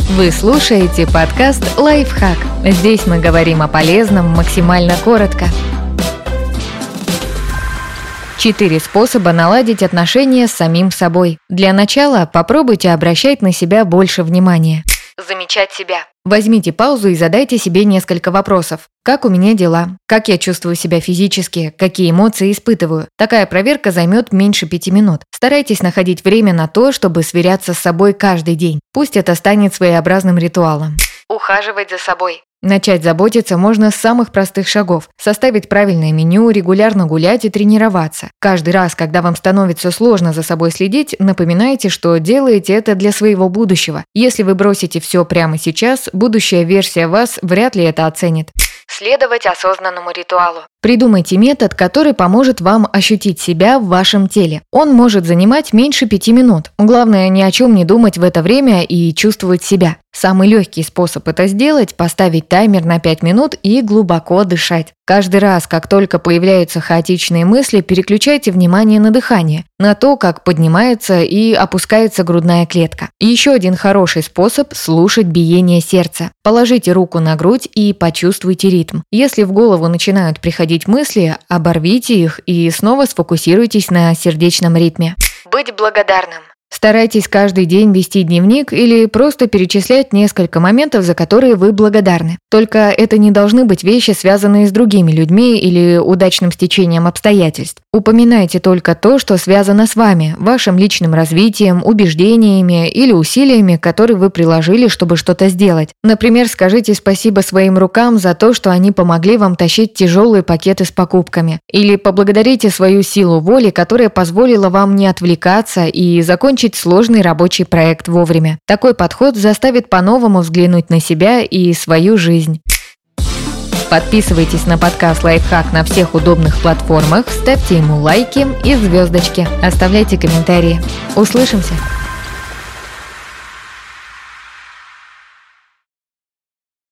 Вы слушаете подкаст «Лайфхак». Здесь мы говорим о полезном максимально коротко. 4 способа наладить отношения с самим собой. Для начала попробуйте обращать на себя больше внимания. Замечать себя. Возьмите паузу и задайте себе несколько вопросов. Как у меня дела? Как я чувствую себя физически? Какие эмоции испытываю? Такая проверка займет меньше 5 минут. Старайтесь находить время на то, чтобы сверяться с собой каждый день. Пусть это станет своеобразным ритуалом. Ухаживать за собой. Начать заботиться можно с самых простых шагов. Составить правильное меню, регулярно гулять и тренироваться. Каждый раз, когда вам становится сложно за собой следить, напоминайте, что делаете это для своего будущего. Если вы бросите все прямо сейчас, будущая версия вас вряд ли это оценит. Следовать осознанному ритуалу. Придумайте метод, который поможет вам ощутить себя в вашем теле. Он может занимать меньше 5 минут. Главное, ни о чем не думать в это время и чувствовать себя. Самый легкий способ это сделать – поставить таймер на 5 минут и глубоко дышать. Каждый раз, как только появляются хаотичные мысли, переключайте внимание на дыхание, на то, как поднимается и опускается грудная клетка. Еще один хороший способ – слушать биение сердца. Положите руку на грудь и почувствуйте ритм. Если в голову начинают приходить мысли, оборвите их и снова сфокусируйтесь на сердечном ритме. Быть благодарным. Старайтесь каждый день вести дневник или просто перечислять несколько моментов, за которые вы благодарны. Только это не должны быть вещи, связанные с другими людьми или удачным стечением обстоятельств. Упоминайте только то, что связано с вами, вашим личным развитием, убеждениями или усилиями, которые вы приложили, чтобы что-то сделать. Например, скажите спасибо своим рукам за то, что они помогли вам тащить тяжелые пакеты с покупками. Или поблагодарите свою силу воли, которая позволила вам не отвлекаться и закончить сложный рабочий проект вовремя. Такой подход заставит по-новому взглянуть на себя и свою жизнь. Подписывайтесь на подкаст «Лайфхак» на всех удобных платформах, ставьте ему лайки и звездочки, оставляйте комментарии. Услышимся!